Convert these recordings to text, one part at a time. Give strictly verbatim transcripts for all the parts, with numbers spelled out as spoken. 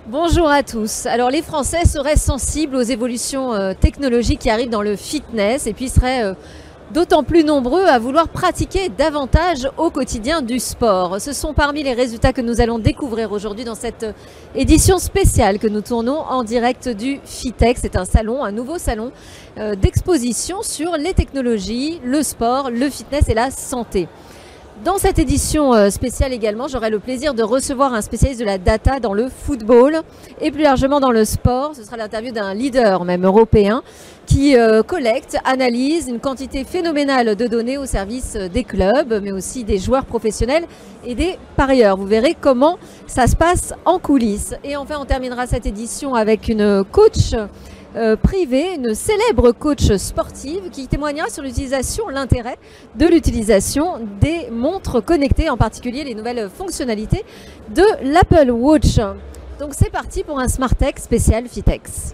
Bonjour à tous. Alors les Français seraient sensibles aux évolutions euh, technologiques qui arrivent dans le fitness et puis seraient euh, d'autant plus nombreux à vouloir pratiquer davantage au quotidien du sport. Ce sont parmi les résultats que nous allons découvrir aujourd'hui dans cette édition spéciale que nous tournons en direct du Fitex. C'est un salon, un nouveau salon euh, d'exposition sur les technologies, le sport, le fitness et la santé. Dans cette édition spéciale également, j'aurai le plaisir de recevoir un spécialiste de la data dans le football et plus largement dans le sport. Ce sera l'interview d'un leader, même européen, qui euh, collecte, analyse une quantité phénoménale de données au service des clubs, mais aussi des joueurs professionnels et des parieurs. Vous verrez comment ça se passe en coulisses. Et enfin, on terminera cette édition avec une coach Euh, privée, une célèbre coach sportive qui témoignera sur l'utilisation, l'intérêt de l'utilisation des montres connectées, en particulier les nouvelles fonctionnalités de l'Apple Watch. Donc c'est parti pour un Smart Tech spécial Fitex.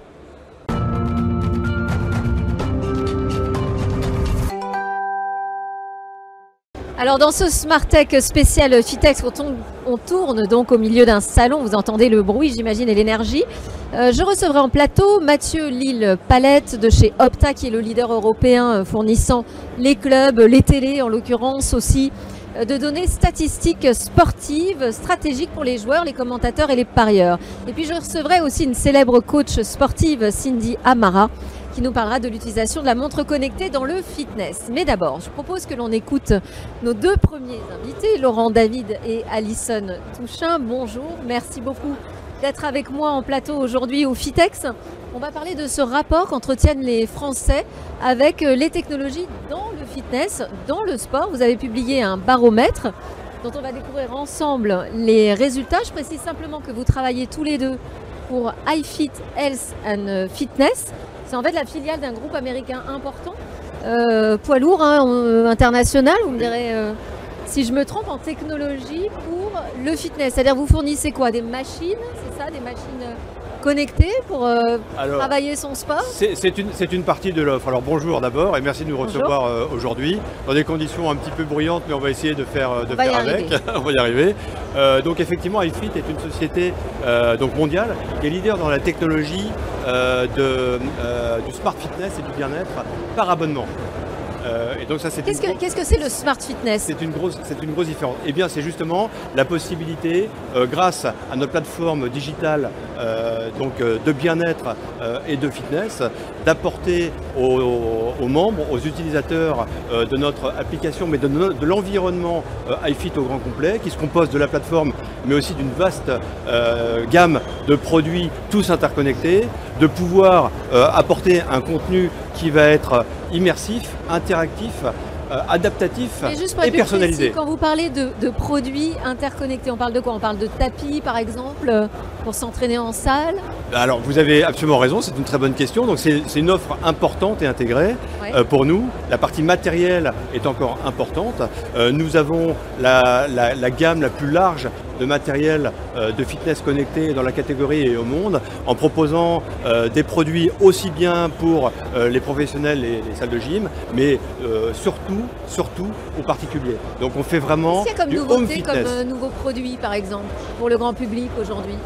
Alors dans ce Smart Tech spécial Fitex, quand on, on tourne donc au milieu d'un salon, vous entendez le bruit j'imagine et l'énergie. Euh, je recevrai en plateau Mathieu Lille-Palette de chez Opta qui est le leader européen fournissant les clubs, les télés en l'occurrence aussi, euh, de données statistiques sportives, stratégiques pour les joueurs, les commentateurs et les parieurs. Et puis je recevrai aussi une célèbre coach sportive, Cindy Amara, qui nous parlera de l'utilisation de la montre connectée dans le fitness. Mais d'abord, je propose que l'on écoute nos deux premiers invités, Laurent David et Alison Touchain. Bonjour, merci beaucoup d'être avec moi en plateau aujourd'hui au Fitex. On va parler de ce rapport qu'entretiennent les Français avec les technologies dans le fitness, dans le sport. Vous avez publié un baromètre dont on va découvrir ensemble les résultats. Je précise simplement que vous travaillez tous les deux pour iFit Health and Fitness. C'est en fait la filiale d'un groupe américain important, euh, poids lourd, hein, international, vous me direz euh, si je me trompe, en technologie pour le fitness. C'est-à-dire vous fournissez quoi? Des machines, c'est ça? Des machines connectées pour euh, Alors, travailler son sport? C'est une, une partie de l'offre. Alors bonjour d'abord et merci de nous recevoir euh, aujourd'hui dans des conditions un petit peu bruyantes, mais on va essayer de faire, de on faire avec. On va y arriver. Euh, donc effectivement, iFit est une société euh, donc mondiale qui est leader dans la technologie euh, de, euh, du smart fitness et du bien-être par abonnement. Euh, Qu'est-ce que c'est -ce que c'est le smart fitness? C'est une, grosse, une grosse différence. Eh bien, c'est justement la possibilité, euh, grâce à notre plateforme digitale euh, donc, euh, de bien-être euh, et de fitness, d'apporter aux, aux membres, aux utilisateurs euh, de notre application, mais de, de l'environnement euh, iFit au grand complet, qui se compose de la plateforme, mais aussi d'une vaste euh, gamme de produits tous interconnectés, de pouvoir euh, apporter un contenu qui va être immersif, interactif, euh, adaptatif et, juste pour et personnalisé. Précis, quand vous parlez de, de produits interconnectés, on parle de quoi? On parle de tapis par exemple, pour s'entraîner en salle? Alors vous avez absolument raison, c'est une très bonne question. Donc c'est une offre importante et intégrée ouais. euh, pour nous. La partie matérielle est encore importante. Euh, nous avons la, la, la gamme la plus large de matériel euh, de fitness connecté dans la catégorie et au monde, en proposant euh, des produits aussi bien pour euh, les professionnels et les salles de gym, mais euh, surtout, surtout aux particuliers. Donc on fait vraiment du home fitness. Comme euh, nouveaux produits par exemple, pour le grand public aujourd'hui?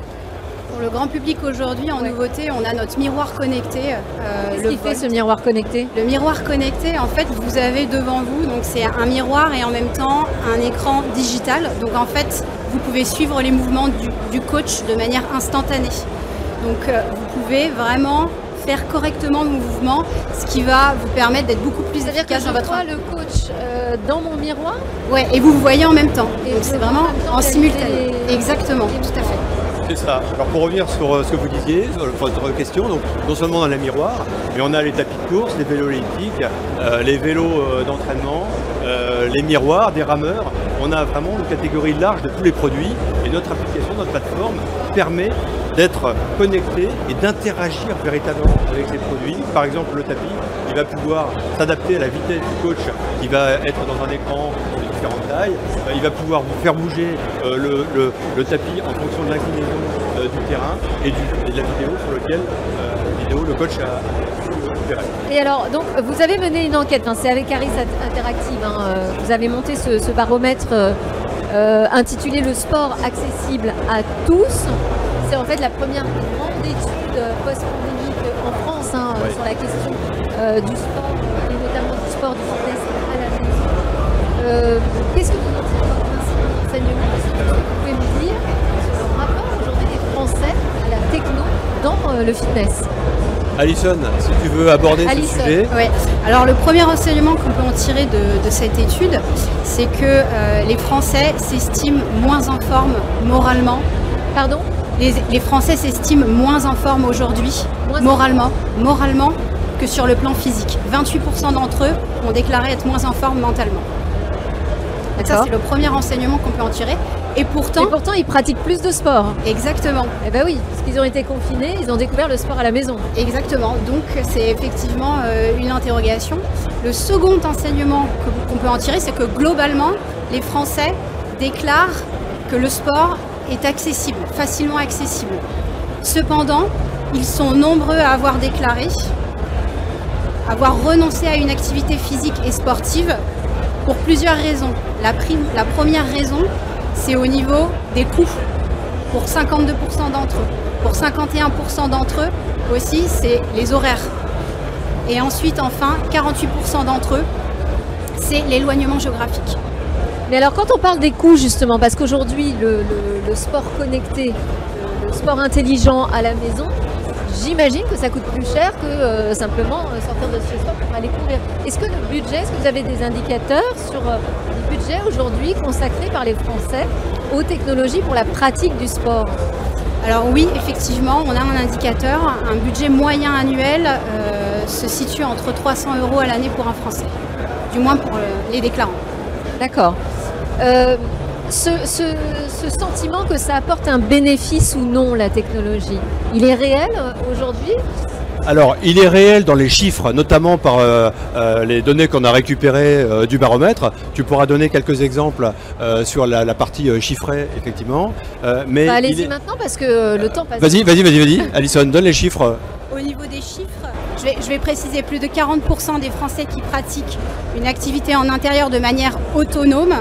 Pour le grand public aujourd'hui, en ouais. nouveauté, on a notre miroir connecté. Euh, Qu'est-ce qui fait ce miroir connecté? Le miroir connecté, en fait, vous avez devant vous, donc c'est un miroir et en même temps un écran digital. Donc en fait, vous pouvez suivre les mouvements du, du coach de manière instantanée. Donc euh, vous pouvez vraiment faire correctement le mouvement, ce qui va vous permettre d'être beaucoup plus efficace dans votre... C'est-à-dire que je vois le coach euh, dans mon miroir? Ouais, et vous vous voyez en même temps. Et donc c'est vraiment en simultané. Les... Exactement, tout à fait. C'est ça. Alors pour revenir sur ce que vous disiez, sur votre question, donc non seulement dans les miroirs, mais on a les tapis de course, les vélos elliptiques, euh, les vélos euh, d'entraînement, euh, les miroirs, des rameurs. On a vraiment une catégorie large de tous les produits et notre application, notre plateforme permet d'être connecté et d'interagir véritablement avec les produits. Par exemple, le tapis, il va pouvoir s'adapter à la vitesse du coach qui va être dans un écran de différentes tailles. Il va pouvoir vous faire bouger euh, le, le, le tapis en fonction de l'inclinaison euh, du terrain et, du, et de la vidéo sur laquelle euh, vidéo, le coach a Et alors, donc, vous avez mené une enquête, hein, c'est avec Harris Interactive, hein, euh, vous avez monté ce, ce baromètre euh, euh, intitulé « Le sport accessible à tous ». C'est en fait la première grande étude post-pandémique en France hein, Ouais. sur la question euh, du sport, et notamment du sport, du fitness à la maison. Euh, Qu'est-ce que vous en tirez comme principal enseignement? Est-ce que vous pouvez me dire sur le rapport aujourd'hui des Français à la techno dans euh, le fitness? Alison, si tu veux aborder Alison, ce sujet. Ouais. Alors le premier enseignement qu'on peut en tirer de, de cette étude, c'est que euh, les Français s'estiment moins en forme moralement. Pardon? Les, les Français s'estiment moins en forme aujourd'hui, Moins en moralement, moralement, que sur le plan physique. vingt-huit pour cent d'entre eux ont déclaré être moins en forme mentalement. Donc ça, D'accord. c'est le premier enseignement qu'on peut en tirer. Et pourtant, Et pourtant, ils pratiquent plus de sport. exactement, Eh ben oui, parce qu'ils ont été confinés, ils ont découvert le sport à la maison. exactement. Donc c'est effectivement euh, une interrogation. Le second enseignement que- qu'on peut en tirer, c'est que globalement, les Français déclarent que le sport est accessible, facilement accessible. Cependant, ils sont nombreux à avoir déclaré avoir renoncé à une activité physique et sportive pour plusieurs raisons. La, prime- la première raison, c'est au niveau des coûts, pour cinquante-deux pour cent d'entre eux. Pour cinquante et un pour cent d'entre eux aussi, c'est les horaires. Et ensuite, enfin, quarante-huit pour cent d'entre eux, c'est l'éloignement géographique. Mais alors quand on parle des coûts justement, parce qu'aujourd'hui le, le- le sport connecté, le, le sport intelligent à la maison, j'imagine que ça coûte plus cher que euh, simplement euh, sortir de chez soi pour aller courir. Est-ce que le budget, est-ce que vous avez des indicateurs sur euh, le budget aujourd'hui consacré par les Français aux technologies pour la pratique du sport? Alors oui, effectivement, on a un indicateur, un budget moyen annuel euh, se situe entre trois cents euros à l'année pour un Français, du moins pour euh, les déclarants. D'accord. Euh, ce, ce- ce sentiment que ça apporte un bénéfice ou non, la technologie, il est réel euh, aujourd'hui? Alors, il est réel dans les chiffres, notamment par euh, euh, les données qu'on a récupérées euh, du baromètre. Tu pourras donner quelques exemples euh, sur la, la partie euh, chiffrée, effectivement. Euh, mais Bah, il allez-y est- maintenant parce que euh, le temps passe. Vas-y, vas-y, vas-y, vas-y. Alison, donne les chiffres. Au niveau des chiffres, je vais, je vais préciser, plus de quarante pour cent des Français qui pratiquent une activité en intérieur de manière autonome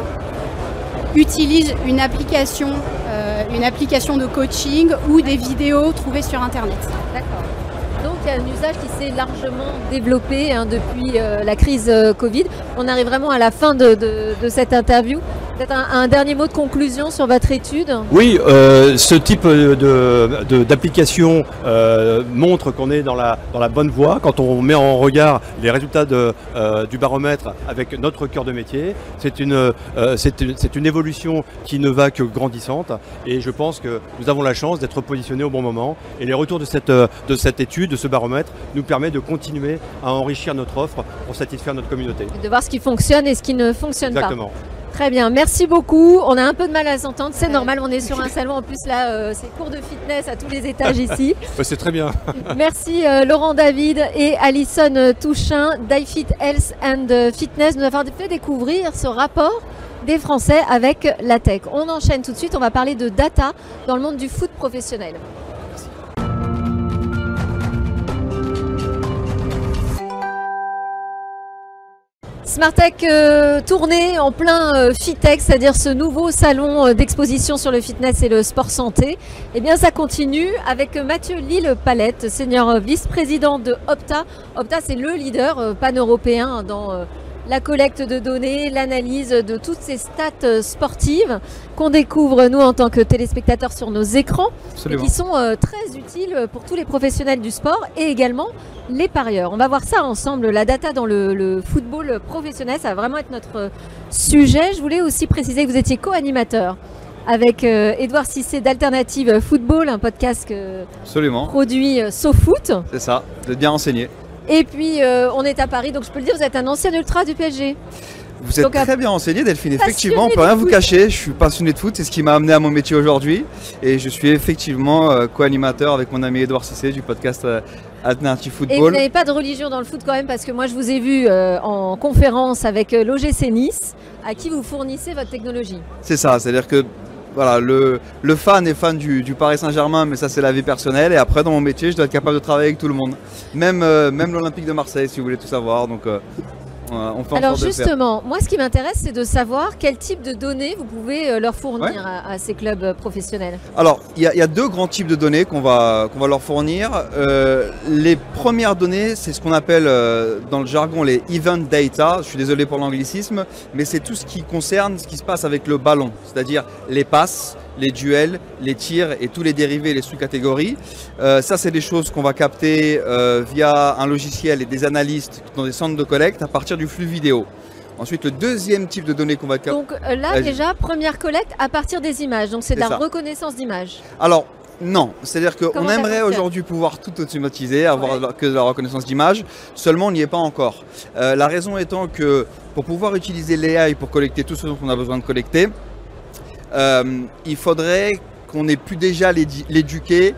utilisent une application, euh, une application de coaching ou des vidéos trouvées sur Internet. D'accord. Donc il y a un usage qui s'est largement développé hein, depuis euh, la crise euh, Covid. On arrive vraiment à la fin de, de- de cette interview. Peut-être un, un dernier mot de conclusion sur votre étude. Oui, euh, ce type de- de- d'application euh, montre qu'on est dans la, dans la bonne voie. Quand on met en regard les résultats de, euh, du baromètre avec notre cœur de métier, c'est une, euh, c'est une, c'est une évolution qui ne va que grandissante. Et je pense que nous avons la chance d'être positionnés au bon moment. Et les retours de cette, euh, de cette étude, de ce baromètre, nous permet de continuer à enrichir notre offre pour satisfaire notre communauté. De voir ce qui fonctionne et ce qui ne fonctionne Exactement. pas. Très bien, merci beaucoup. On a un peu de mal à s'entendre, c'est normal, on est sur un salon. En plus là, euh, c'est cours de fitness à tous les étages ici. Ouais, c'est très bien. Merci euh, Laurent David et Alison euh, Touchain d'I-Fit Health and Fitness de nous avoir fait découvrir ce rapport des Français avec la tech. On enchaîne tout de suite, on va parler de data dans le monde du foot professionnel. Smartech euh, tournée en plein euh, Fitech, c'est-à-dire ce nouveau salon euh, d'exposition sur le fitness et le sport santé. Eh bien, ça continue avec Mathieu Lille-Palette, senior vice-président de Opta. Opta, c'est le leader euh, pan-européen dans euh, la collecte de données, l'analyse de toutes ces stats euh, sportives qu'on découvre, nous, en tant que téléspectateurs sur nos écrans. Absolument. Et qui sont euh, très utiles pour tous les professionnels du sport et également les parieurs. On va voir ça ensemble, la data dans le, le football professionnel, ça va vraiment être notre sujet. Je voulais aussi préciser que vous étiez co-animateur avec euh, Édouard Cissé d'Alternative Football, un podcast que Absolument, produit euh, SoFoot. c'est ça, vous êtes bien renseigné. Et puis euh, on est à Paris, donc je peux le dire, vous êtes un ancien ultra du P S G. Vous êtes Donc, très bien renseigné, Delphine. passionné Effectivement, on de peut rien vous foot. cacher. Je suis passionné de foot, c'est ce qui m'a amené à mon métier aujourd'hui. Et je suis effectivement euh, co-animateur avec mon ami Édouard Cissé du podcast euh, Alternative Et vous Football. n'avez pas de religion dans le foot quand même, parce que moi je vous ai vu euh, en conférence avec euh, l'O G C Nice, à qui vous fournissez votre technologie. C'est ça, c'est-à-dire que voilà, le, le fan est fan du, du Paris Saint-Germain, mais ça c'est la vie personnelle. Et après, dans mon métier, je dois être capable de travailler avec tout le monde. Même, euh, même l'Olympique de Marseille, si vous voulez tout savoir. Donc, euh, On fait en Alors sorte de le faire. justement, moi ce qui m'intéresse, c'est de savoir quel type de données vous pouvez euh, leur fournir Ouais. à, à ces clubs euh, professionnels. Alors, il y, a- il y a deux grands types de données qu'on va, qu'on va leur fournir. Euh, les premières données, c'est ce qu'on appelle euh, dans le jargon les event data. Je suis désolé pour l'anglicisme, mais c'est tout ce qui concerne ce qui se passe avec le ballon, c'est-à-dire les passes, les duels, les tirs et tous les dérivés, les sous-catégories. Euh, ça, c'est des choses qu'on va capter euh, via un logiciel et des analystes dans des centres de collecte à partir du flux vidéo. Ensuite, le deuxième type de données qu'on va capter. Donc euh, là Vas-y. déjà, première collecte à partir des images. Donc c'est de C'est la ça. reconnaissance d'images. Alors, non, c'est-à-dire qu'on Comment ça aimerait fonctionne aujourd'hui pouvoir tout automatiser, avoir Ouais. la- que de la reconnaissance d'image, seulement on n'y est pas encore. Euh, la raison étant que pour pouvoir utiliser l'A I pour collecter tout ce dont on a besoin de collecter, euh, il faudrait qu'on ait pu déjà l'édi- l'éduquer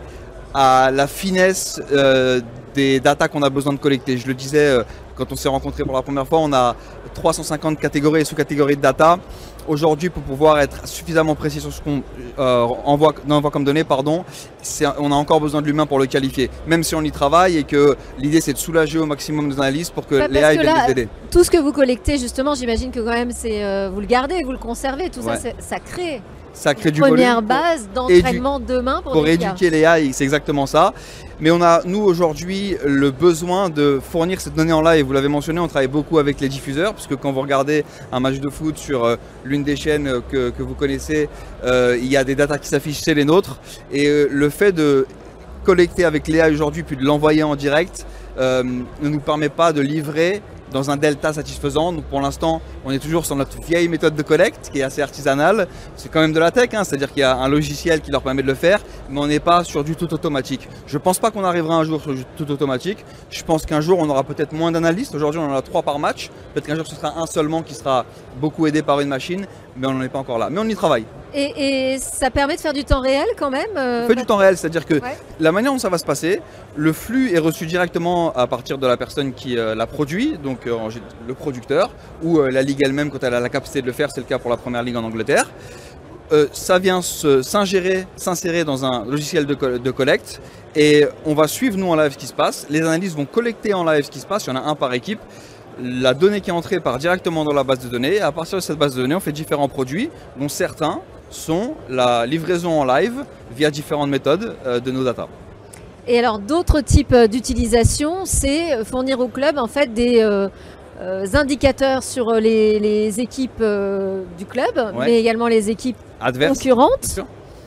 à la finesse euh, des datas qu'on a besoin de collecter. Je le disais euh, quand on s'est rencontrés pour la première fois, on a trois cent cinquante catégories et sous-catégories de data. Aujourd'hui, pour pouvoir être suffisamment précis sur ce qu'on euh, envoie, envoie comme données, pardon, c'est- on a encore besoin de l'humain pour le qualifier. Même si on y travaille et que l'idée c'est de soulager au maximum nos analystes pour que Ouais, les parce A I que viennent là, les aider. Tout ce que vous collectez, justement, j'imagine que quand même, c'est euh, vous le gardez, vous le conservez, tout Ouais. ça, c'est- ça crée Ça crée une du première volume. base d'entraînement demain pour, Pour des filles. éduquer les A I, c'est exactement ça. Mais on a, nous, aujourd'hui, le besoin de fournir cette donnée en live. Vous l'avez mentionné, on travaille beaucoup avec les diffuseurs, puisque quand vous regardez un match de foot sur euh, l'une des chaînes euh, que, que vous connaissez, euh, il y a des datas qui s'affichent chez les nôtres. Et euh, le fait de collecter avec l'A I aujourd'hui, puis de l'envoyer en direct, euh, ne nous permet pas de livrer dans un delta satisfaisant. Donc pour l'instant, on est toujours sur notre vieille méthode de collecte qui est assez artisanale. C'est quand même de la tech, hein, c'est-à-dire qu'il y a un logiciel qui leur permet de le faire, mais on n'est pas sur du tout automatique. Je pense pas qu'on arrivera un jour sur du tout automatique. Je pense qu'un jour, on aura peut-être moins d'analystes. Aujourd'hui, on en a trois par match. Peut-être qu'un jour, ce sera un seulement qui sera beaucoup aidé par une machine, mais on n'en est pas encore là. Mais on y travaille. Et, et ça permet de faire du temps réel quand même euh, On fait du temps réel, c'est-à-dire que Ouais. la manière dont ça va se passer, le flux est reçu directement à partir de la personne qui euh, l'a produit, donc euh, en gé- le producteur, ou euh, la ligue elle-même quand elle a la capacité de le faire, c'est le cas pour la première ligue en Angleterre. Euh, ça vient se- s'ingérer, s'insérer dans un logiciel de, co- de collecte et on va suivre nous en live ce qui se passe. Les analystes vont collecter en live ce qui se passe, il y en a un par équipe. La donnée qui est entrée part directement dans la base de données et à partir de cette base de données, on fait différents produits dont certains sont la livraison en live via différentes méthodes euh, de nos data. Et alors d'autres types euh, d'utilisation, c'est fournir au club en fait des euh, euh, indicateurs sur les, les équipes euh, du club, Ouais. mais également les équipes Adverse. concurrentes. Bien sûr.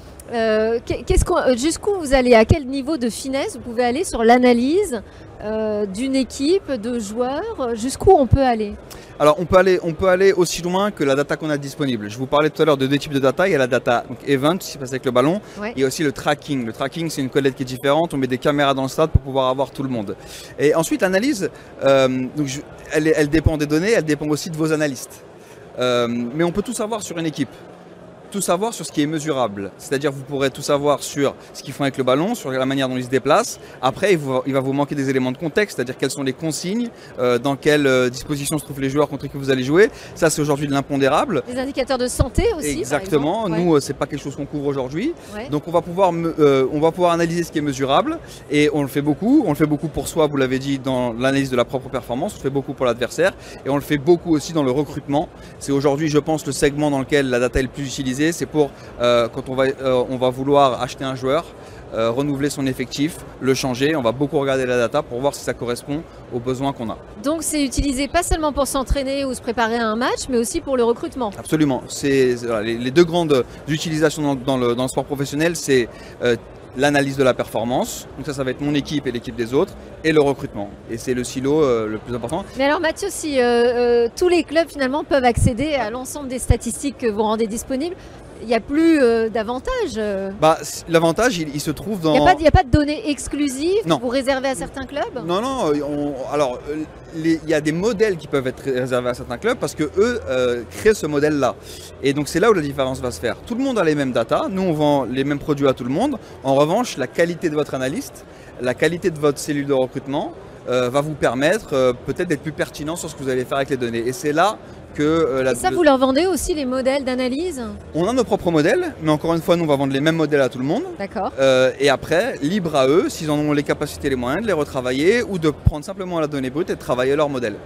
Euh, qu'est- qu'est-ce qu'on- euh, jusqu'où vous allez, à quel niveau de finesse vous pouvez aller sur l'analyse euh, d'une équipe, de joueurs, jusqu'où on peut aller? Alors on peut aller, on peut aller aussi loin que la data qu'on a disponible. Je vous parlais tout à l'heure de deux types de data. Il y a la data donc event, ce qui se passe avec le ballon. Ouais. Il y a aussi le tracking. Le tracking, c'est une collecte qui est différente. On met des caméras dans le stade pour pouvoir avoir tout le monde. Et ensuite, l'analyse, euh, donc je- elle, est- elle dépend des données, elle dépend aussi de vos analystes. Euh, mais on peut tout savoir sur une équipe. Tout savoir sur ce qui est mesurable. C'est-à-dire vous pourrez tout savoir sur ce qu'ils font avec le ballon, sur la manière dont ils se déplacent. Après, il, vous- il va vous manquer des éléments de contexte, c'est-à-dire quelles sont les consignes, euh, dans quelle euh, disposition se trouvent les joueurs contre qui vous allez jouer. Ça, c'est aujourd'hui de l'impondérable. Des indicateurs de santé aussi. Exactement. par exemple. Nous, euh, c'est pas quelque chose qu'on couvre aujourd'hui. Ouais. Ouais. Donc, on va pouvoir, me- euh, on va pouvoir analyser ce qui est mesurable et on le fait beaucoup. On le fait beaucoup pour soi, vous l'avez dit, dans l'analyse de la propre performance. On le fait beaucoup pour l'adversaire et on le fait beaucoup aussi dans le recrutement. C'est aujourd'hui, je pense, le segment dans lequel la data est le plus utilisée. C'est pour euh, quand on va, euh, on va vouloir acheter un joueur, euh, renouveler son effectif, le changer. On va beaucoup regarder la data pour voir si ça correspond aux besoins qu'on a. Donc c'est utilisé pas seulement pour s'entraîner ou se préparer à un match, mais aussi pour le recrutement. Absolument. C'est voilà, les, les deux grandes utilisations dans, dans le, dans le sport professionnel, c'est euh, l'analyse de la performance. Donc ça, ça va être mon équipe et l'équipe des autres, et le recrutement. Et c'est le silo euh, le plus important. Mais alors Mathieu, si euh, euh, tous les clubs finalement peuvent accéder à l'ensemble des statistiques que vous rendez disponibles, il n'y a plus euh, d'avantage. euh. Bah, c- l'avantage, il, il se trouve Il n'y dans. a, pas de- il y a pas de données exclusives Non. que vous réservez à certains clubs? Non, non. on- alors, euh, les- il y a des modèles qui peuvent être réservés à certains clubs parce que eux euh, créent ce modèle-là. Et donc c'est là où la différence va se faire. Tout le monde a les mêmes datas. Nous, on vend les mêmes produits à tout le monde. En revanche, la qualité de votre analyste, la qualité de votre cellule de recrutement euh, va vous permettre euh, peut-être d'être plus pertinent sur ce que vous allez faire avec les données. Et c'est là que euh, la, Et ça, vous leur vendez aussi les modèles d'analyse? on a nos propres modèles, mais encore une fois, nous on va vendre les mêmes modèles à tout le monde. D'accord. Euh, et après, libre à eux, s'ils en ont les capacités et les moyens, de les retravailler ou de prendre simplement la donnée brute et de travailler leur modèle.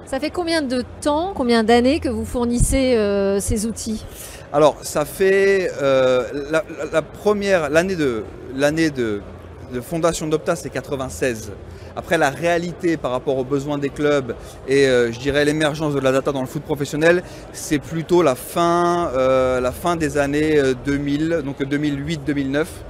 Ça fait combien de temps, combien d'années que vous fournissez euh, ces outils? Alors, ça fait euh, la, la, la première, l'année de, l'année de, de fondation d'Opta, c'est quatre-vingt-seize. Après, la réalité par rapport aux besoins des clubs et euh, je dirais l'émergence de la data dans le foot professionnel, c'est plutôt la fin, euh, la fin des années deux mille, donc deux mille huit deux mille neuf.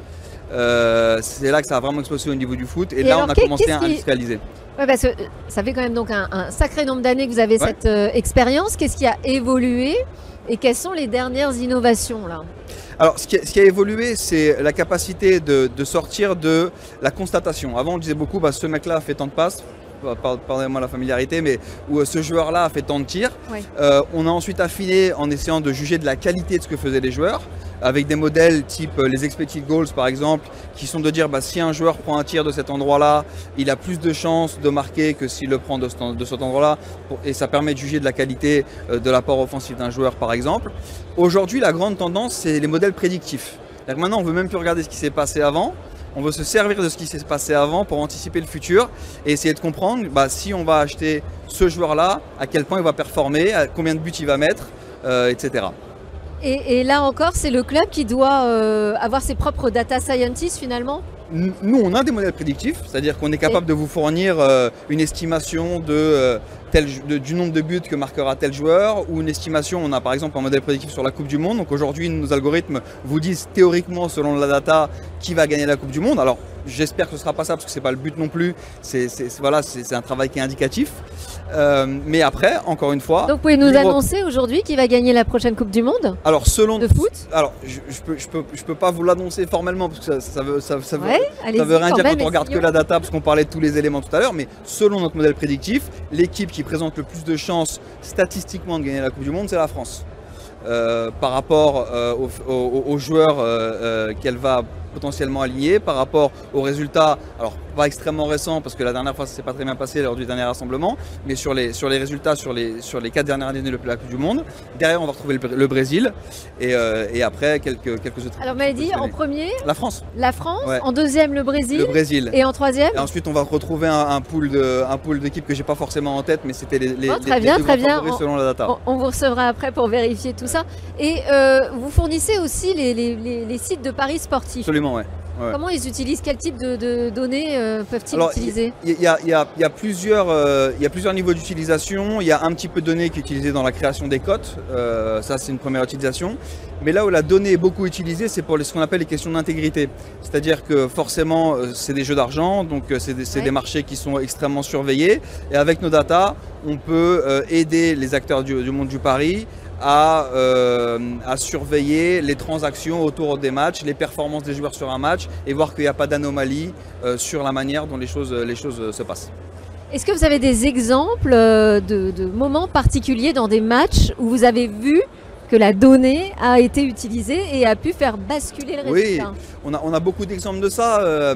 Euh, c'est là que ça a vraiment explosé au niveau du foot et, et là alors, on a commencé à industrialiser. Ouais, parce que ça fait quand même donc un, un sacré nombre d'années que vous avez ouais. cette euh, expérience. Qu'est-ce qui a évolué et quelles sont les dernières innovations là? Alors, ce qui a, ce qui a évolué, c'est la capacité de, de sortir de la constatation. Avant, on disait beaucoup, bah, ce mec-là a fait tant de passes, pardonnez-moi la familiarité, mais où ce joueur-là a fait tant de tirs. Ouais. Euh, on a ensuite affiné en essayant de juger de la qualité de ce que faisaient les joueurs, avec des modèles type les expected goals par exemple, qui sont de dire bah, si un joueur prend un tir de cet endroit-là, il a plus de chances de marquer que s'il le prend de, ce, de cet endroit-là, et ça permet de juger de la qualité de l'apport offensif d'un joueur par exemple. Aujourd'hui, la grande tendance, c'est les modèles prédictifs. Maintenant, on ne veut même plus regarder ce qui s'est passé avant, on veut se servir de ce qui s'est passé avant pour anticiper le futur et essayer de comprendre bah, si on va acheter ce joueur-là, à quel point il va performer, à combien de buts il va mettre, euh, et cetera. Et, et là encore, c'est le club qui doit euh, avoir ses propres data scientists finalement? Nous, on a des modèles prédictifs, c'est-à-dire qu'on est capable et... de vous fournir euh, une estimation de, euh, tel, de, du nombre de buts que marquera tel joueur ou une estimation, on a par exemple un modèle prédictif sur la Coupe du Monde. Donc aujourd'hui, nos algorithmes vous disent théoriquement, selon la data, qui va gagner la Coupe du Monde. Alors, j'espère que ce ne sera pas ça parce que ce n'est pas le but non plus, c'est voilà, un travail qui est indicatif. Euh, mais après, encore une fois... Donc vous pouvez nous annoncer aujourd'hui qui va gagner la prochaine Coupe du Monde? Alors selon... De foot? Alors je ne peux, je peux, je peux pas vous l'annoncer formellement parce que ça, ça veut, ça, ça veut, ouais, ça veut rien dire quand on regarde que la data parce qu'on parlait de tous les éléments tout à l'heure, mais selon notre modèle prédictif, l'équipe qui présente le plus de chances statistiquement de gagner la Coupe du Monde, c'est la France. Euh, par rapport euh, aux, aux, aux joueurs euh, euh, qu'elle va potentiellement aligner, par rapport aux résultats, alors pas extrêmement récents parce que la dernière fois ça s'est pas très bien passé lors du dernier rassemblement, mais sur les, sur les résultats sur les, sur les quatre dernières années de la Coupe du Monde. Derrière on va retrouver le, le Brésil et, euh, et après quelques, quelques autres. Alors vous m'avez dit en premier la France. La France, ouais. En deuxième le Brésil. Le Brésil. Et en troisième. Et ensuite on va retrouver un, un pool de, un pool d'équipes que j'ai pas forcément en tête, mais c'était les, les, oh, très les, bien, les très bien. favoris selon la data. On, on vous recevra après pour vérifier tout ça. Et euh, vous fournissez aussi les, les, les, les sites de paris sportifs. Absolument, ouais. Ouais. Comment ils utilisent? Quel type de, de données euh, peuvent-ils utiliser? Il y, y, y, y a plusieurs, euh, y a plusieurs niveaux d'utilisation. Il y a un petit peu de données qui est utilisée dans la création des cotes. Euh, ça, c'est une première utilisation. Mais là où la donnée est beaucoup utilisée, c'est pour les, ce qu'on appelle les questions d'intégrité. C'est-à-dire que forcément, c'est des jeux d'argent, donc c'est des, ouais. des marchés qui sont extrêmement surveillés. Et avec nos datas, on peut euh, aider les acteurs du, du monde du pari À, euh, à surveiller les transactions autour des matchs, les performances des joueurs sur un match et voir qu'il n'y a pas d'anomalie euh, sur la manière dont les choses, les choses se passent. Est-ce que vous avez des exemples de, de moments particuliers dans des matchs où vous avez vu que la donnée a été utilisée et a pu faire basculer le résultat? Oui, on a, on a beaucoup d'exemples de ça. Euh,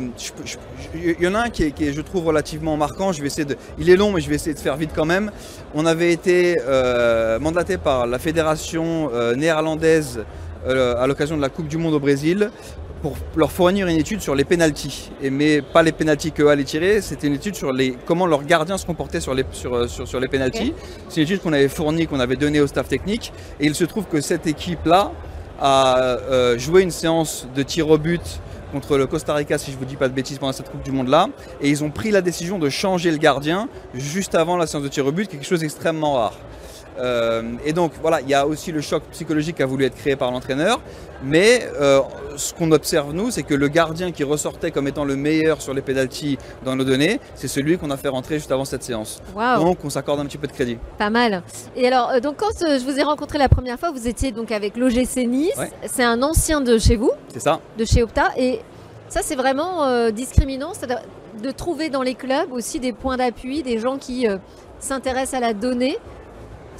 il y en a un qui est, qui est, je trouve, relativement marquant. Je vais essayer de, il est long, mais je vais essayer de faire vite quand même. On avait été euh, mandaté par la fédération euh, néerlandaise euh, à l'occasion de la Coupe du Monde au Brésil pour leur fournir une étude sur les pénaltys. Mais pas les pénaltys qu'eux allaient tirer, c'était une étude sur les, comment leurs gardiens se comportaient sur les, sur, sur, sur les pénaltys. Okay. C'est une étude qu'on avait fournie, qu'on avait donnée au staff technique. Et il se trouve que cette équipe-là a euh, joué une séance de tir au but contre le Costa Rica, si je ne vous dis pas de bêtises, pendant cette Coupe du Monde-là. Et ils ont pris la décision de changer le gardien juste avant la séance de tir au but, quelque chose d'extrêmement rare. Euh, et donc voilà, il y a aussi le choc psychologique qui a voulu être créé par l'entraîneur, mais euh, ce qu'on observe nous, c'est que le gardien qui ressortait comme étant le meilleur sur les pénaltys dans nos données, c'est celui qu'on a fait rentrer juste avant cette séance. Wow. Donc on s'accorde un petit peu de crédit. Pas mal. Et alors, euh, donc quand euh, je vous ai rencontré la première fois, vous étiez donc avec l'O G C Nice, ouais. C'est un ancien de chez vous, c'est ça, de chez Opta, et ça c'est vraiment euh, discriminant, c'est de trouver dans les clubs aussi des points d'appui, des gens qui euh, s'intéressent à la donnée.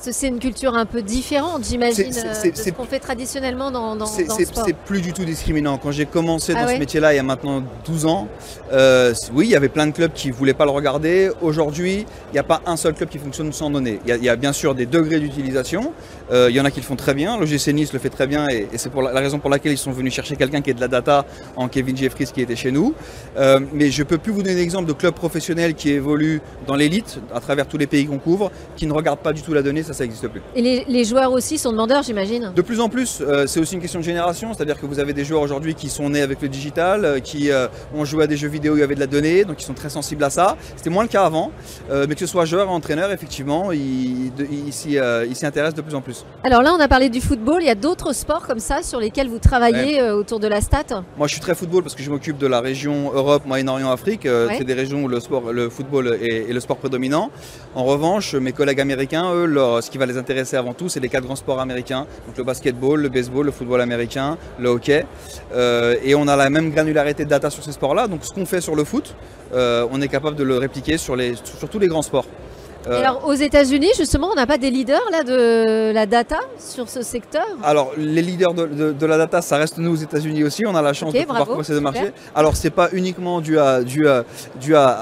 C'est une culture un peu différente, j'imagine, C'est- euh, c'est- de ce c'est- qu'on fait traditionnellement dans, dans, C'est dans le c'est- sport. c'est plus du tout discriminant. Quand j'ai commencé dans Ah ouais ce métier-là il y a maintenant douze ans, euh, oui, il y avait plein de clubs qui ne voulaient pas le regarder. Aujourd'hui, il n'y a pas un seul club qui fonctionne sans données. Il y a, il y a bien sûr des degrés d'utilisation. Euh, il y en a qui le font très bien. L'O G C Nice le fait très bien et, et c'est pour la, la raison pour laquelle ils sont venus chercher quelqu'un qui est de la data en Kevin Jeffries qui était chez nous. Euh, mais je ne peux plus vous donner l'exemple de clubs professionnels qui évoluent dans l'élite à travers tous les pays qu'on couvre, qui ne regardent pas du tout la donnée, ça, ça n'existe plus. Et les, les joueurs aussi sont demandeurs, j'imagine. De plus en plus, euh, c'est aussi une question de génération, c'est-à-dire que vous avez des joueurs aujourd'hui qui sont nés avec le digital, euh, qui euh, ont joué à des jeux vidéo où il y avait de la donnée, donc ils sont très sensibles à ça. C'était moins le cas avant, euh, mais que ce soit joueur ou entraîneur, effectivement, ils il, s'y euh, il s'y intéressent de plus en plus. Alors là, on a parlé du football. Il y a d'autres sports comme ça sur lesquels vous travaillez euh, autour de la stat. Moi, je suis très football parce que je m'occupe de la région Europe, Moyen-Orient, Afrique. Euh, Ouais. C'est des régions où le, sport, le football est, est le sport prédominant. En revanche, mes collègues américains, eux, leur, ce qui va les intéresser avant tout, c'est les quatre grands sports américains. Donc le basketball, le baseball, le football américain, le hockey. Euh, et on a la même granularité de data sur ces sports-là. Donc ce qu'on fait sur le foot, euh, on est capable de le répliquer sur, les, sur tous les grands sports. Euh, Et alors aux États-Unis, justement, on n'a pas des leaders là de la data sur ce secteur. Alors, les leaders de, de- de la data, ça reste nous aux États-Unis aussi. On a la chance Ok, de pouvoir bravo, commencer de marché. super. Alors, c'est pas uniquement dû, à, dû, à, dû à,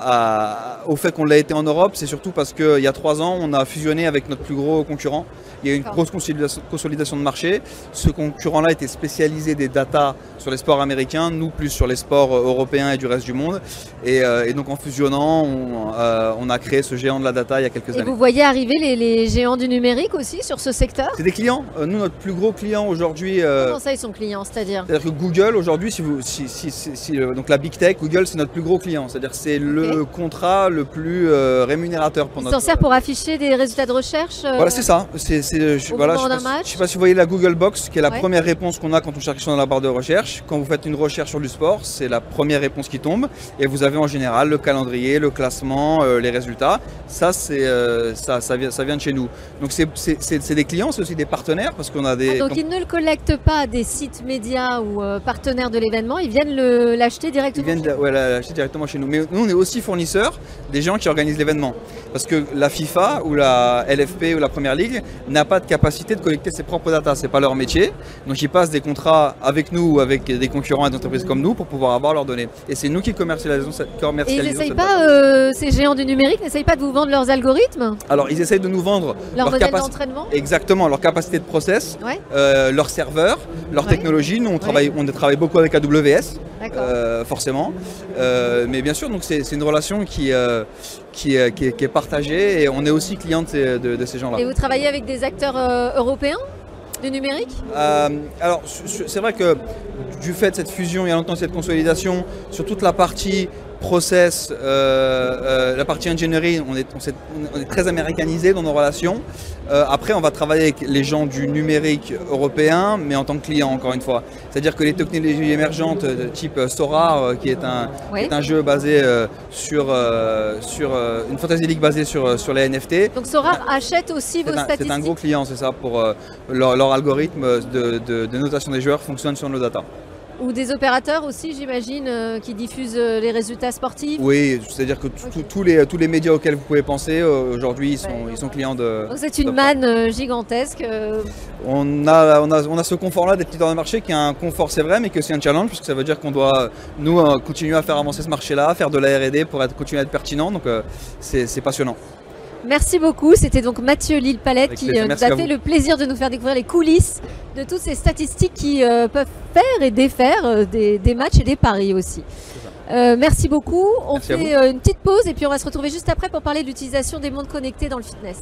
à- à- au fait qu'on l'a été en Europe, c'est surtout parce qu'il y a trois ans, on a fusionné avec notre plus gros concurrent. Il y a eu une D'accord. grosse consolidation, consolidation de marché. Ce concurrent-là était spécialisé des data sur les sports américains, nous plus sur les sports euh, européens et du reste du monde. Et, euh, et donc, en fusionnant, on, euh, on a créé ce géant de la data il y a quelques Et années. vous voyez arriver les, les géants du numérique aussi sur ce secteur. C'est des clients. Euh, nous, notre plus gros client aujourd'hui. euh, Comment ça, ils sont clients, c'est-à-dire? C'est-à-dire que Google aujourd'hui, si vous, si, si, si- si, euh, donc la Big Tech, Google, c'est notre plus gros client. C'est-à-dire que c'est le contrat le plus euh, rémunérateur pour Ils notre. s'en servent pour afficher des résultats de recherche euh, Voilà, c'est ça. C'est, c'est, je, au voilà, moment je sais d'un pas si- match. je sais pas si vous voyez la Google Box, qui est la Ouais. première réponse qu'on a quand on cherche dans la barre de recherche. Quand vous faites une recherche sur du sport, c'est la première réponse qui tombe. Et vous avez en général le calendrier, le classement, euh, les résultats. Ça, c'est, euh, ça, ça, vient, ça vient de chez nous. Donc c'est, c'est, c'est, c'est des clients, c'est aussi des partenaires parce qu'on a des. Ah, donc comme- ils ne le collectent pas des sites médias ou euh, partenaires de l'événement, ils viennent le- l'acheter Ils directement. viennent de- ouais, l'acheter directement chez nous. Mais nous, on est aussi fournisseurs des gens qui organisent l'événement. Parce que la FIFA ou la L F P ou la Première Ligue n'a pas de capacité de collecter ses propres datas. C'est pas leur métier. Donc ils passent des contrats avec nous ou avec des concurrents et des entreprises comme nous pour pouvoir avoir leurs données. Et c'est nous qui commercialisons cette, Et ils commercialisons n'essayent cette pas, data. euh, ces géants du numérique, n'essayent pas de vous vendre leurs algorithmes, Alors ils essayent de nous vendre leur leur modèle capaci- d'entraînement? Exactement, leur capacité de process, Ouais, euh, leurs serveurs, leur Ouais. technologie. Nous, on travaille, on travaille beaucoup avec A W S. d'accord. Euh, forcément. Euh, mais bien sûr, donc c'est c'est une relation qui, euh, qui, est- qui est, qui est partagée et on est aussi client de ces, de- de ces gens-là. Et vous travaillez avec des acteurs euh, européens du numérique? Euh, alors, su- su- c'est vrai que du fait de cette fusion, il y a longtemps cette consolidation, sur toute la partie process, euh, euh, la partie ingénierie, on est, on, s'est- on est très américanisé dans nos relations. Euh, après, on va travailler avec les gens du numérique européen, mais en tant que client, encore une fois. C'est-à-dire que les technologies émergentes, euh, type euh, Sora, euh, qui, est un, qui Oui. est un jeu basé euh, sur, euh, sur euh, une fantasy league basée sur, euh, sur les N F T, Donc Sora achète aussi vos c'est un, c'est statistiques? un gros client, c'est ça, pour euh, leur, leur algorithme de, de- de notation des joueurs fonctionne sur nos data. Ou des opérateurs aussi, j'imagine, euh, qui diffusent euh, les résultats sportifs? Oui, c'est-à-dire que t- Ok. t- tous, les, tous les médias auxquels vous pouvez penser, euh, aujourd'hui, ils sont, Ouais. ils sont clients de... Donc c'est une de- manne euh, gigantesque. euh, On a, on, a, on a ce confort-là d'être leader de marché qui a un confort, c'est vrai, mais qui est aussi un challenge, puisque ça veut dire qu'on doit, nous, euh, continuer à faire avancer ce marché-là, faire de la R et D pour être, continuer à être pertinent, donc euh, c'est c'est passionnant. Merci beaucoup. C'était donc Mathieu Lille-Palette Avec qui plaisir. euh, nous Merci a à fait vous. le plaisir de nous faire découvrir les coulisses de toutes ces statistiques qui euh, peuvent faire et défaire euh, des, des matchs et des paris aussi. Euh, merci beaucoup. On Merci à fait euh, une petite pause et puis on va se retrouver juste après pour parler de l'utilisation des montres connectées dans le fitness.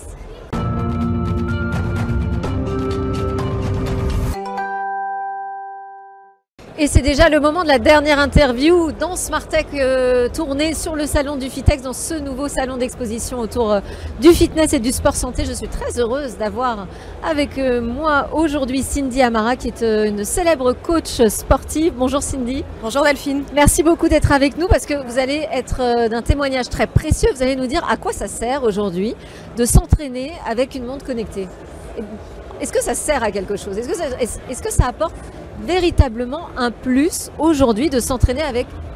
Et c'est déjà le moment de la dernière interview dans Smart Tech euh, tournée sur le salon du Fitex, dans ce nouveau salon d'exposition autour euh, du fitness et du sport santé. Je suis très heureuse d'avoir avec euh, moi aujourd'hui Cindy Amara qui est euh, une célèbre coach sportive. Bonjour Cindy. Bonjour Delphine. Merci beaucoup d'être avec nous parce que vous allez être euh, d'un témoignage très précieux. Vous allez nous dire à quoi ça sert aujourd'hui de s'entraîner avec une montre connectée. Est-ce que ça sert à quelque chose? Est-ce que ça, est-ce, est-ce que ça apporte véritablement un plus aujourd'hui de s'entraîner avec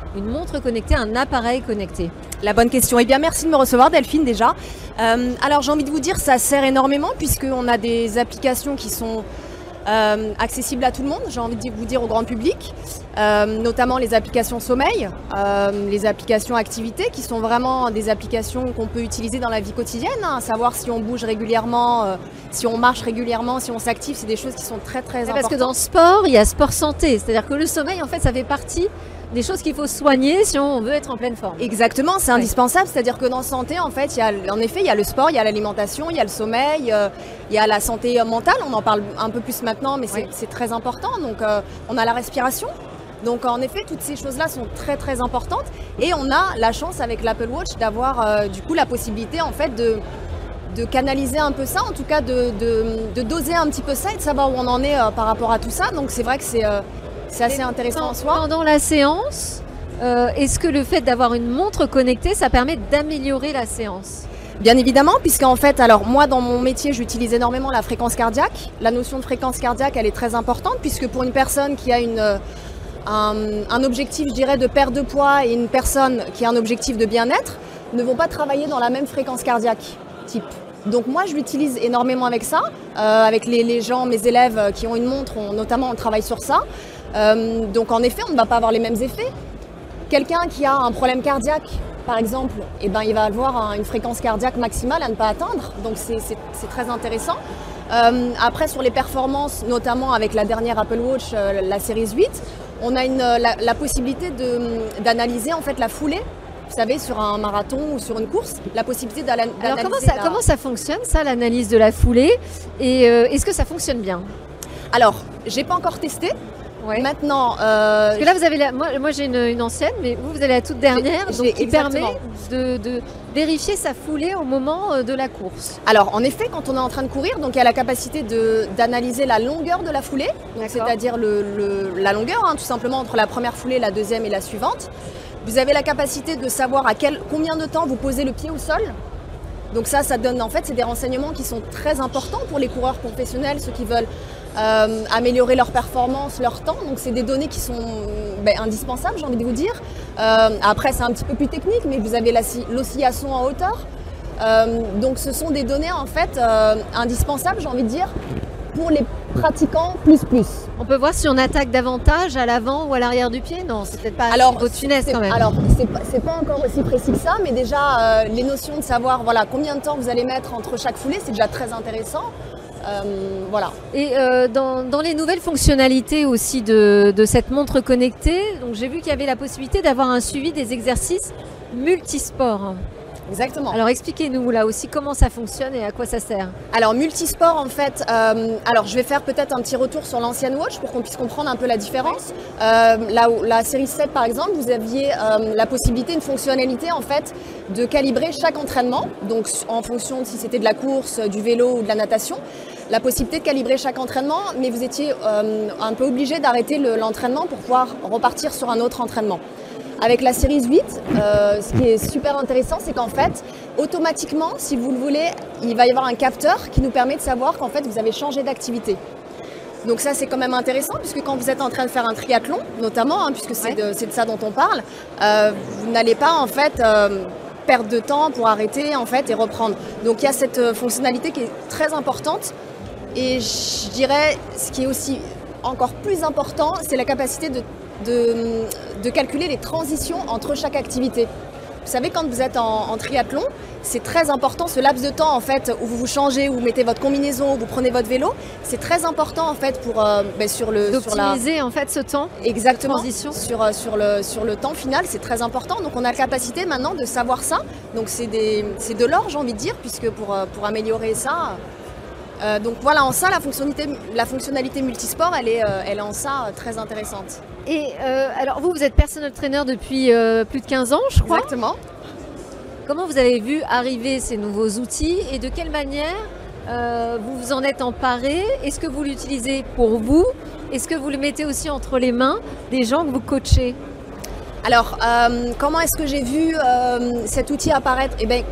une montre connectée, un appareil connecté? La bonne question. Eh bien, merci de me recevoir, Delphine, déjà. Euh, alors, j'ai envie de vous dire, ça sert énormément puisqu'on a des applications qui sont euh, accessibles à tout le monde, j'ai envie de vous dire au grand public, euh, notamment les applications sommeil, euh, les applications activité, qui sont vraiment des applications qu'on peut utiliser dans la vie quotidienne, hein, savoir si on bouge régulièrement, euh, si on marche régulièrement, si on s'active, c'est des choses qui sont très très importantes. Parce que dans le sport, il y a sport santé, c'est-à-dire que le sommeil, en fait, ça fait partie des choses qu'il faut soigner si on veut être en pleine forme. Exactement, c'est indispensable, c'est-à-dire que dans santé, en fait, il y a, en effet, il y a le sport, il y a l'alimentation, il y a le sommeil, euh, il y a la santé mentale, on en parle un peu plus maintenant, mais c'est oui. très important. Donc, euh, on a la respiration. Donc, en effet, toutes ces choses-là sont très, très importantes. Et on a la chance, avec l'Apple Watch, d'avoir, euh, du coup, la possibilité, en fait, de... de canaliser un peu ça, en tout cas de, de, de doser un petit peu ça et de savoir où on en est euh, par rapport à tout ça. Donc c'est vrai que c'est euh, assez intéressant en soi. Pendant la séance, euh, est-ce que le fait d'avoir une montre connectée, ça permet d'améliorer la séance? Bien évidemment, puisqu'en fait, alors moi dans mon métier, j'utilise énormément la fréquence cardiaque. La notion de fréquence cardiaque, elle est très importante, puisque pour une personne qui a une, un, un objectif, je dirais, de perte de poids et une personne qui a un objectif de bien-être, ne vont pas travailler dans la même fréquence cardiaque type. Donc moi je l'utilise énormément avec ça, euh, avec les, les gens, mes élèves qui ont une montre, on, notamment on travaille sur ça. Euh, donc en effet on ne va pas avoir les mêmes effets. Quelqu'un qui a un problème cardiaque par exemple, eh ben, il va avoir un, une fréquence cardiaque maximale à ne pas atteindre, donc c'est très intéressant. Euh, après sur les performances, notamment avec la dernière Apple Watch, euh, la Series huit, on a une, la, la possibilité d'analyser en fait la foulée. Vous savez, sur un marathon ou sur une course, la possibilité d'analyser. Alors comment ça, la... comment ça fonctionne, ça, l'analyse de la foulée? Et euh, est-ce que ça fonctionne bien? Alors, j'ai pas encore testé. Ouais. Maintenant, euh, parce que là, vous avez la... moi, moi j'ai une, une ancienne, mais vous, vous avez la toute dernière, donc qui permet de, de vérifier sa foulée au moment de la course. Alors, en effet, quand on est en train de courir, donc il y a la capacité d'analyser la longueur de la foulée, c'est-à-dire le, le, la longueur, hein, tout simplement entre la première foulée, la deuxième et la suivante. Vous avez la capacité de savoir à quel, combien de temps vous posez le pied au sol. Donc ça, ça donne, en fait, c'est des renseignements qui sont très importants pour les coureurs professionnels, ceux qui veulent euh, améliorer leur performance, leur temps. Donc c'est des données qui sont ben, indispensables, j'ai envie de vous dire. Euh, après, c'est un petit peu plus technique, mais vous avez l'oscillation en hauteur. Euh, donc ce sont des données, en fait, euh, indispensables, j'ai envie de dire, pour les pratiquants plus plus. On peut voir si on attaque davantage à l'avant ou à l'arrière du pied? Non, c'est peut-être pas votre finesse quand même. Alors, c'est pas, pas encore aussi précis que ça, mais déjà, euh, les notions de savoir voilà, combien de temps vous allez mettre entre chaque foulée, c'est déjà très intéressant. Euh, voilà. Et euh, dans, dans les nouvelles fonctionnalités aussi de, de cette montre connectée, j'ai vu qu'il y avait la possibilité d'avoir un suivi des exercices multisports. Exactement. Alors expliquez-nous là aussi comment ça fonctionne et à quoi ça sert. Alors multisport en fait, euh, alors je vais faire peut-être un petit retour sur l'ancienne Watch pour qu'on puisse comprendre un peu la différence. Euh, la, la série sept par exemple, vous aviez euh, la possibilité, une fonctionnalité en fait de calibrer chaque entraînement, donc en fonction de si c'était de la course, du vélo ou de la natation, la possibilité de calibrer chaque entraînement, mais vous étiez euh, un peu obligé d'arrêter l'entraînement pour pouvoir repartir sur un autre entraînement. Avec la Series huit, euh, ce qui est super intéressant, c'est qu'en fait, automatiquement, si vous le voulez, il va y avoir un capteur qui nous permet de savoir qu'en fait, vous avez changé d'activité. Donc ça, c'est quand même intéressant, puisque quand vous êtes en train de faire un triathlon, notamment, hein, puisque c'est ouais. de, de ça dont on parle, euh, vous n'allez pas en fait euh, perdre de temps pour arrêter en fait et reprendre. Donc il y a cette fonctionnalité qui est très importante. Et je dirais, ce qui est aussi encore plus important, c'est la capacité de De, de calculer les transitions entre chaque activité. Vous savez, quand vous êtes en, en triathlon, c'est très important ce laps de temps en fait où vous vous changez, où vous mettez votre combinaison, où vous prenez votre vélo. C'est très important en fait pour euh, ben, sur le d'optimiser la... en fait ce temps. Exactement. Transition. Sur sur le sur le temps final, c'est très important. Donc on a la capacité maintenant de savoir ça. Donc c'est des c'est de l'or, j'ai envie de dire, puisque pour pour améliorer ça. Euh, donc voilà, en ça, la fonctionnalité, la fonctionnalité multisport, elle est, euh, elle est en ça euh, très intéressante. Et euh, alors vous, vous êtes personal trainer depuis euh, plus de quinze ans, je crois. Exactement. Comment vous avez vu arriver ces nouveaux outils et de quelle manière euh, vous vous en êtes emparé? Est-ce que vous l'utilisez pour vous? Est-ce que vous le mettez aussi entre les mains des gens que vous coachez? Alors, euh, comment est-ce que j'ai vu euh, cet outil apparaître? Eh bien,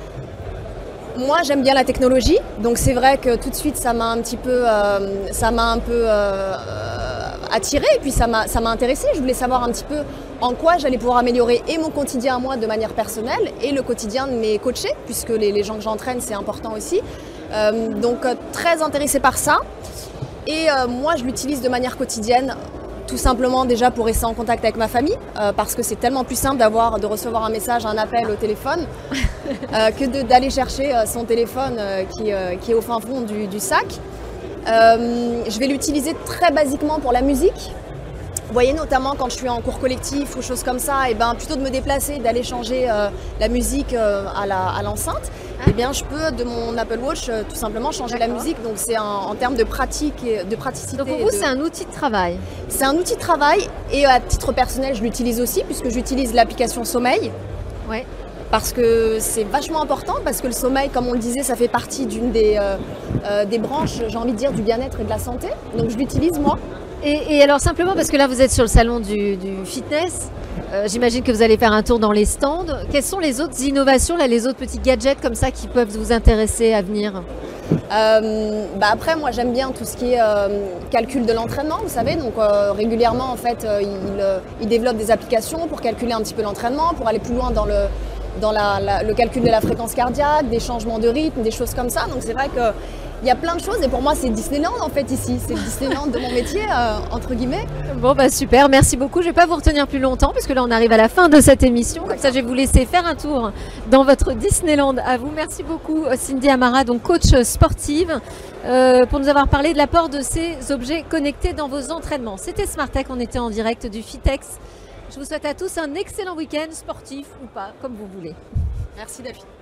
moi, j'aime bien la technologie, donc c'est vrai que tout de suite, ça m'a un petit peu, euh, ça m'a un peu euh, attirée et puis ça m'a ça m'a intéressée. Je voulais savoir un petit peu en quoi j'allais pouvoir améliorer et mon quotidien à moi de manière personnelle et le quotidien de mes coachés, puisque les, les gens que j'entraîne, c'est important aussi. Euh, donc euh, très intéressée par ça. Et euh, moi, je l'utilise de manière quotidienne, tout simplement déjà pour rester en contact avec ma famille, euh, parce que c'est tellement plus simple d'avoir, de recevoir un message, un appel au téléphone, euh, que de, d'aller chercher euh, son téléphone euh, qui, euh, qui est au fin fond du, du sac. Euh, je vais l'utiliser très basiquement pour la musique. Vous voyez, notamment quand je suis en cours collectif ou choses comme ça, et ben, plutôt de me déplacer, d'aller changer euh, la musique euh, à, la, à l'enceinte, et bien, je peux de mon Apple Watch euh, tout simplement changer la musique. Donc c'est en, en termes de pratique et de praticité. Donc pour vous, de... c'est un outil de travail. C'est un outil de travail et à titre personnel, je l'utilise aussi puisque j'utilise l'application Sommeil. Ouais. Parce que c'est vachement important, parce que le sommeil, comme on le disait, ça fait partie d'une des, euh, euh, des branches, j'ai envie de dire, du bien-être et de la santé. Donc je l'utilise moi. Et, et alors simplement, parce que là vous êtes sur le salon du, du fitness, euh, j'imagine que vous allez faire un tour dans les stands. Quelles sont les autres innovations, là, les autres petits gadgets comme ça qui peuvent vous intéresser à venir? Euh, bah après, moi j'aime bien tout ce qui est euh, calcul de l'entraînement, vous savez, donc euh, régulièrement en fait, euh, il, euh, il développe des applications pour calculer un petit peu l'entraînement, pour aller plus loin dans le dans la, la, le calcul de la fréquence cardiaque, des changements de rythme, des choses comme ça. Donc c'est vrai qu'il y a plein de choses et pour moi c'est Disneyland en fait ici, c'est le Disneyland de mon métier euh, entre guillemets. Bon bah super, merci beaucoup. Je ne vais pas vous retenir plus longtemps puisque là on arrive à la fin de cette émission. Comme ça je vais vous laisser faire un tour dans votre Disneyland à vous. Merci beaucoup Cindy Amara, donc coach sportive, euh, pour nous avoir parlé de l'apport de ces objets connectés dans vos entraînements. C'était Smartech, on était en direct du Fitex. Je vous souhaite à tous un excellent week-end, sportif ou pas, comme vous voulez. Merci Daphine.